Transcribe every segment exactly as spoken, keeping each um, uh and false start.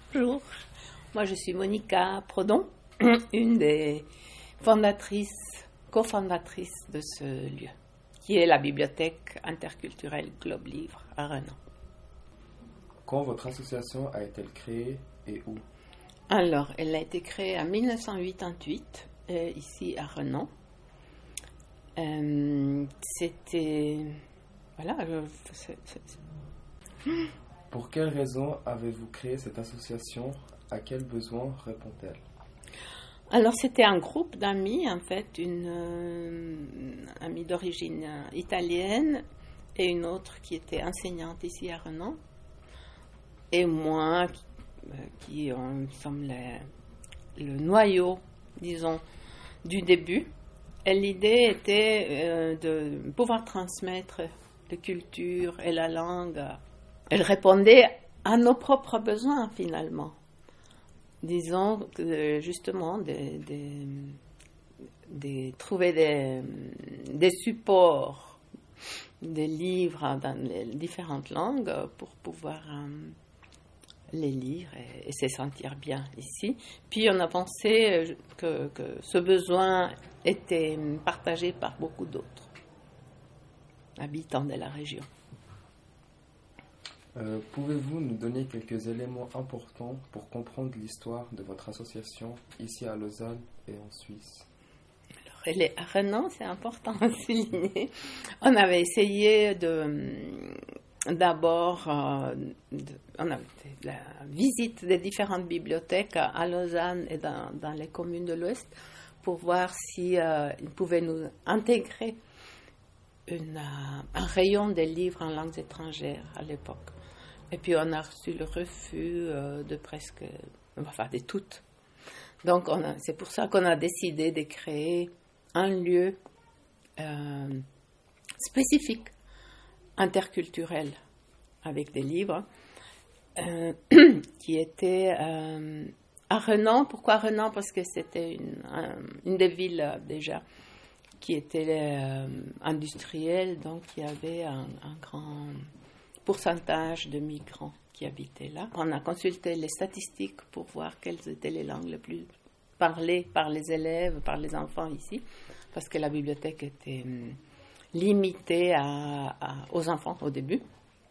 Bonjour, moi je suis Monica Prodon, une des fondatrices, cofondatrices de ce lieu, qui est la bibliothèque interculturelle Globe Livre à Renan. Quand votre association a été créée et où? Alors, elle a été créée en dix-neuf cent quatre-vingt-huit, euh, ici à Renan. Euh, c'était... Voilà. Je, c'est, c'est... Pour quelles raisons avez-vous créé cette association? À quels besoins répond-elle? Alors, c'était un groupe d'amis, en fait, une euh, amie d'origine italienne et une autre qui était enseignante ici à Renan. Et moi, qui, euh, qui euh, sommes les, le noyau, disons, du début. Et l'idée était euh, de pouvoir transmettre la culture et la langue. Elle répondait à nos propres besoins, finalement. Disons que, justement, de, de, de trouver des, des supports, des livres dans les différentes langues pour pouvoir euh, les lire et, et se sentir bien ici. Puis on a pensé que, que ce besoin était partagé par beaucoup d'autres habitants de la région. Euh, pouvez-vous nous donner quelques éléments importants pour comprendre l'histoire de votre association ici à Lausanne et en Suisse? Alors, elle est à Renan, c'est important à souligner. On avait essayé de, d'abord, euh, de, on avait fait la visite des différentes bibliothèques à, à Lausanne et dans, dans les communes de l'Ouest pour voir si euh, ils pouvaient nous intégrer une, euh, un rayon des livres en langues étrangères à l'époque. Et puis on a reçu le refus euh, de presque, enfin de toutes. Donc on a, c'est pour ça qu'on a décidé de créer un lieu euh, spécifique, interculturel, avec des livres, euh, qui était euh, à Renan. Pourquoi Renan? Parce que c'était une, un, une des villes euh, déjà qui était euh, industrielle, donc il y avait un, un grand pourcentage de migrants qui habitaient là. On a consulté les statistiques pour voir quelles étaient les langues les plus parlées par les élèves, par les enfants ici, parce que la bibliothèque était hum, limitée à, à, aux enfants au début.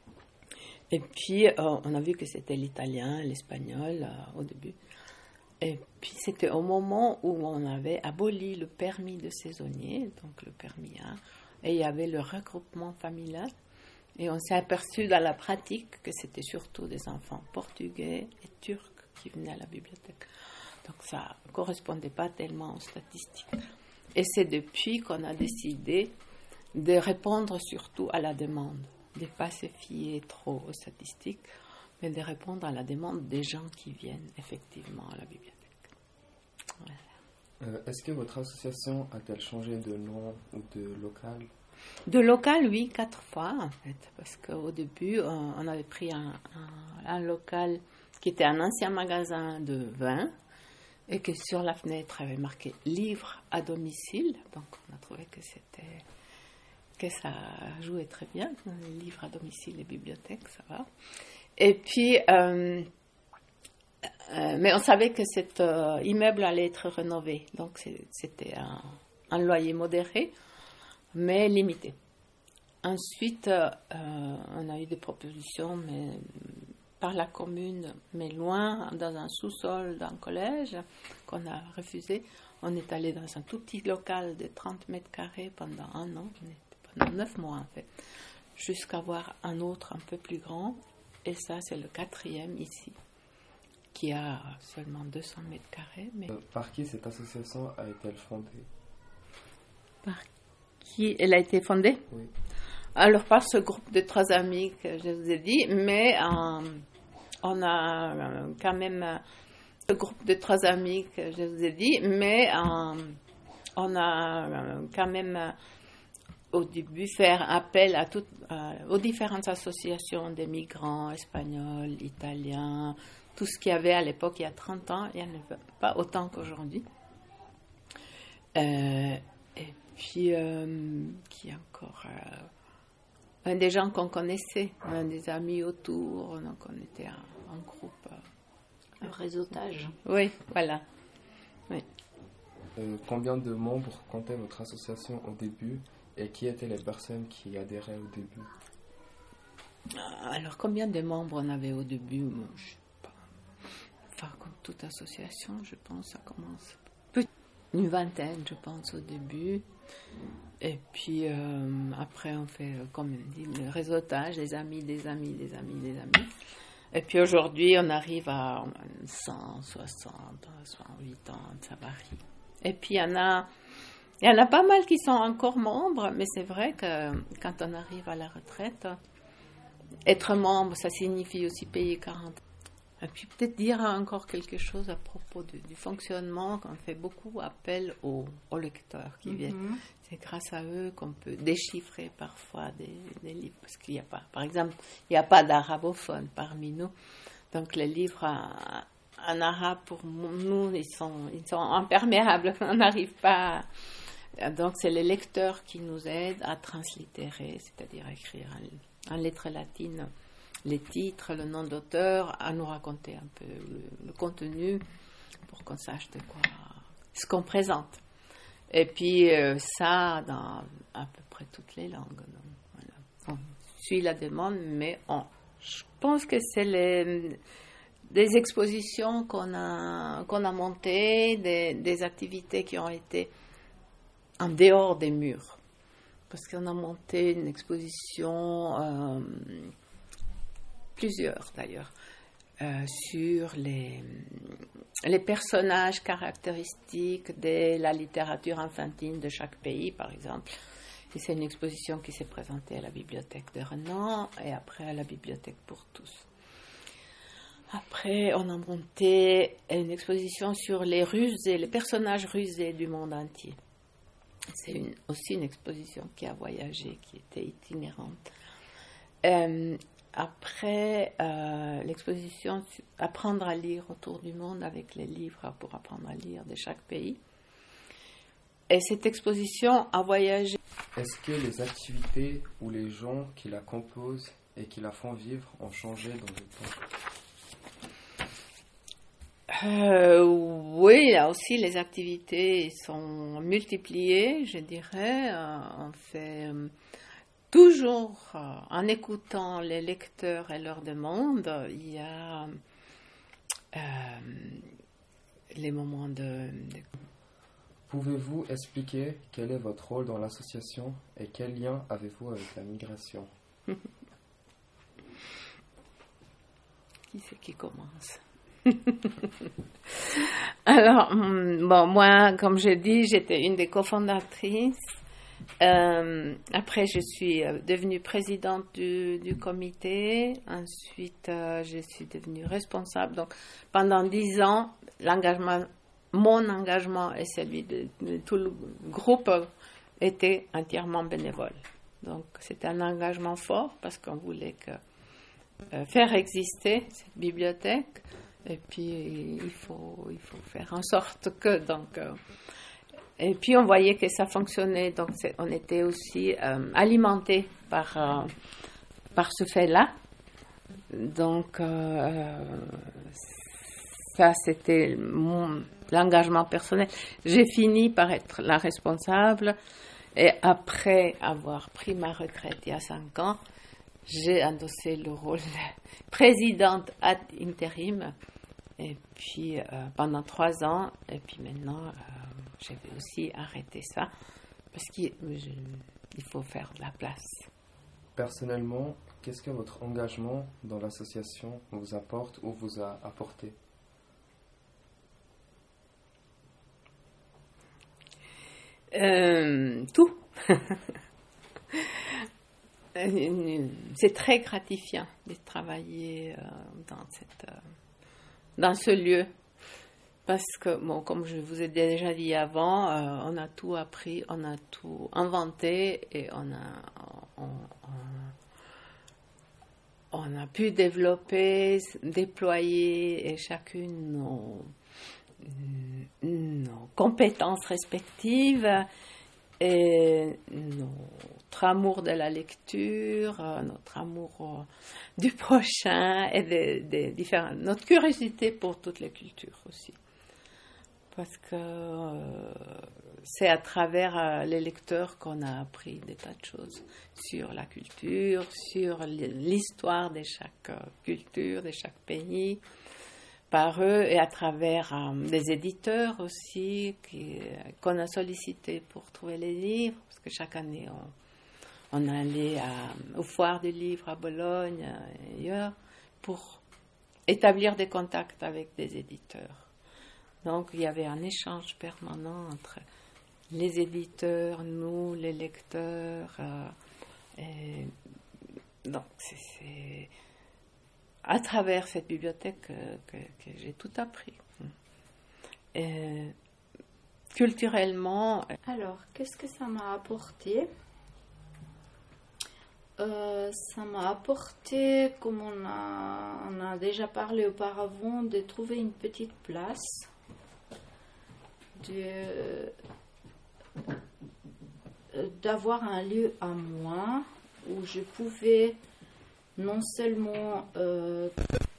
Et puis, euh, on a vu que c'était l'italien, l'espagnol euh, au début. Et puis, c'était au moment où on avait aboli le permis de saisonnier, donc le permis A, et il y avait le regroupement familial. Et on s'est aperçu dans la pratique que c'était surtout des enfants portugais et turcs qui venaient à la bibliothèque. Donc ça ne correspondait pas tellement aux statistiques. Et c'est depuis qu'on a décidé de répondre surtout à la demande, de ne pas se fier trop aux statistiques, mais de répondre à la demande des gens qui viennent effectivement à la bibliothèque. Voilà. Euh, est-ce que votre association a-t-elle changé de nom ou de local? De local, oui, quatre fois en fait, parce qu'au début, on, on avait pris un, un, un local qui était un ancien magasin de vin et que sur la fenêtre avait marqué « Livre à domicile ». Donc on a trouvé que c'était que ça jouait très bien, les livres à domicile, les bibliothèques, ça va. Et puis, euh, euh, mais on savait que cet euh, immeuble allait être rénové, donc c'est, c'était un, un loyer modéré, mais limité. Ensuite, euh, on a eu des propositions, mais par la commune, mais loin, dans un sous-sol d'un collège, qu'on a refusé. On est allé dans un tout petit local de trente mètres carrés pendant un an, pendant neuf mois en fait, jusqu'à avoir un autre un peu plus grand. Et ça, c'est le quatrième ici, qui a seulement deux cents mètres carrés. Mais... Euh, par qui cette association a été fondée? Par qui elle a été fondée? Oui. Alors, par ce groupe de trois amis que je vous ai dit, mais euh, on a euh, quand même euh, ce groupe de trois amis que je vous ai dit, mais euh, on a euh, quand même euh, au début fait appel à toutes, euh, aux différentes associations des migrants espagnols, italiens, tout ce qu'il y avait à l'époque, il y a trente ans, il n'y en avait pas autant qu'aujourd'hui. Euh, et puis, euh, qui encore... Euh, un des gens qu'on connaissait, un des amis autour, donc on était en, en groupe. réseautage. Oui, voilà. Oui. Euh, combien de membres comptait votre association au début et qui étaient les personnes qui adhéraient au début? Alors, combien de membres on avait au début? Moi, je sais pas. Enfin, comme toute association, je pense, ça commence petit. Une vingtaine, je pense, au début. Et puis, euh, après, on fait, comme on dit, le réseautage, des amis, des amis, des amis, des amis. Et puis, aujourd'hui, on arrive à cent soixante, cent quatre-vingts, ça varie. Et puis, il y en a... Il y en a pas mal qui sont encore membres, mais c'est vrai que quand on arrive à la retraite... Être membre, ça signifie aussi payer quarante. Et puis peut-être dire encore quelque chose à propos de, du fonctionnement, qu'on fait beaucoup appel aux, aux lecteurs qui mm-hmm. viennent. C'est grâce à eux qu'on peut déchiffrer parfois des, des livres, parce qu'il n'y a pas, par exemple, il n'y a pas d'arabophone parmi nous. Donc les livres en, en arabe, pour nous, ils sont, ils sont imperméables, on n'arrive pas à... Donc c'est les lecteurs qui nous aident à translittérer, c'est-à-dire à écrire un livre. En lettres latines, les titres, le nom d'auteur, à nous raconter un peu le, le contenu pour qu'on sache de quoi, ce qu'on présente. Et puis euh, ça, dans à peu près toutes les langues. Donc, voilà. On suit la demande, mais on, je pense que c'est les, des expositions qu'on a, qu'on a montées, des, des activités qui ont été en dehors des murs. Parce qu'on a monté une exposition, euh, plusieurs d'ailleurs, euh, sur les, les personnages caractéristiques de la littérature enfantine de chaque pays, par exemple. Et c'est une exposition qui s'est présentée à la bibliothèque de Renan et après à la bibliothèque pour tous. Après, on a monté une exposition sur les rusés, les personnages rusés du monde entier. C'est une, aussi une exposition qui a voyagé, qui était itinérante. Euh, après, euh, l'exposition Apprendre à lire autour du monde avec les livres pour apprendre à lire de chaque pays. Et cette exposition a voyagé. Est-ce que les activités ou les gens qui la composent et qui la font vivre ont changé dans le temps? Euh, oui, là aussi les activités sont multipliées, je dirais. Euh, on fait euh, toujours, euh, en écoutant les lecteurs et leurs demandes, il y a euh, les moments de, de... Pouvez-vous expliquer quel est votre rôle dans l'association et quel lien avez-vous avec la migration? Qui c'est qui commence? Alors, bon, moi, comme je dis, j'étais une des cofondatrices. Euh, après, je suis devenue présidente du, du comité. Ensuite, euh, je suis devenue responsable. Donc, pendant dix ans, l'engagement, mon engagement et celui de, de tout le groupe était entièrement bénévole. Donc, c'était un engagement fort parce qu'on voulait que, euh, faire exister cette bibliothèque. Et puis, il faut, il faut faire en sorte que... Donc, euh, et puis, on voyait que ça fonctionnait. Donc, c'est, on était aussi euh, alimenté par, euh, par ce fait-là. Donc, euh, ça, c'était mon, l'engagement personnel. J'ai fini par être la responsable. Et après avoir pris ma retraite il y a cinq ans, j'ai endossé le rôle de présidente ad interim. Et puis, euh, pendant trois ans, et puis maintenant, euh, j'avais aussi arrêté ça, parce qu'il je, il faut faire de la place. Personnellement, qu'est-ce que votre engagement dans l'association vous apporte ou vous a apporté? euh, Tout. C'est très gratifiant de travailler euh, dans cette... Euh, dans ce lieu, parce que, bon, comme je vous ai déjà dit avant, euh, on a tout appris, on a tout inventé et on a, on, on, on a pu développer, déployer et chacune nos, nos compétences respectives et nos notre amour de la lecture, euh, notre amour euh, du prochain et des, des différents, notre curiosité pour toutes les cultures aussi. Parce que euh, c'est à travers euh, les lecteurs qu'on a appris des tas de choses sur la culture, sur l'histoire de chaque euh, culture, de chaque pays, par eux et à travers euh, des éditeurs aussi qui, qu'on a sollicités pour trouver les livres, parce que chaque année on, on allait à, aux foires du livre à Bologne et ailleurs pour établir des contacts avec des éditeurs. Donc, il y avait un échange permanent entre les éditeurs, nous, les lecteurs. Euh, et donc, c'est, c'est à travers cette bibliothèque que, que, que j'ai tout appris. Et culturellement... Alors, qu'est-ce que ça m'a apporté ? Euh, ça m'a apporté, comme on a, on a déjà parlé auparavant, de trouver une petite place. De, d'avoir un lieu à moi où je pouvais non seulement euh,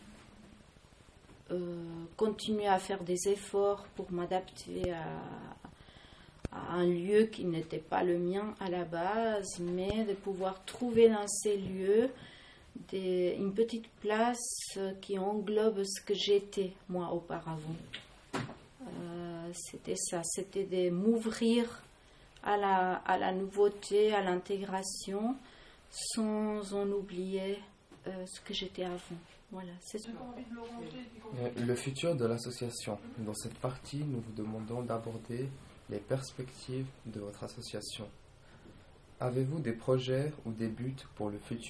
euh, continuer à faire des efforts pour m'adapter à, à un lieu qui n'était pas le mien à la base, mais de pouvoir trouver dans ces lieux des, une petite place qui englobe ce que j'étais moi auparavant. Euh, c'était ça, c'était de m'ouvrir à la, à la nouveauté, à l'intégration, sans en oublier euh, ce que j'étais avant. Voilà, c'est ça. Le futur de l'association. Dans cette partie, nous vous demandons d'aborder les perspectives de votre association. Avez-vous des projets ou des buts pour le futur ?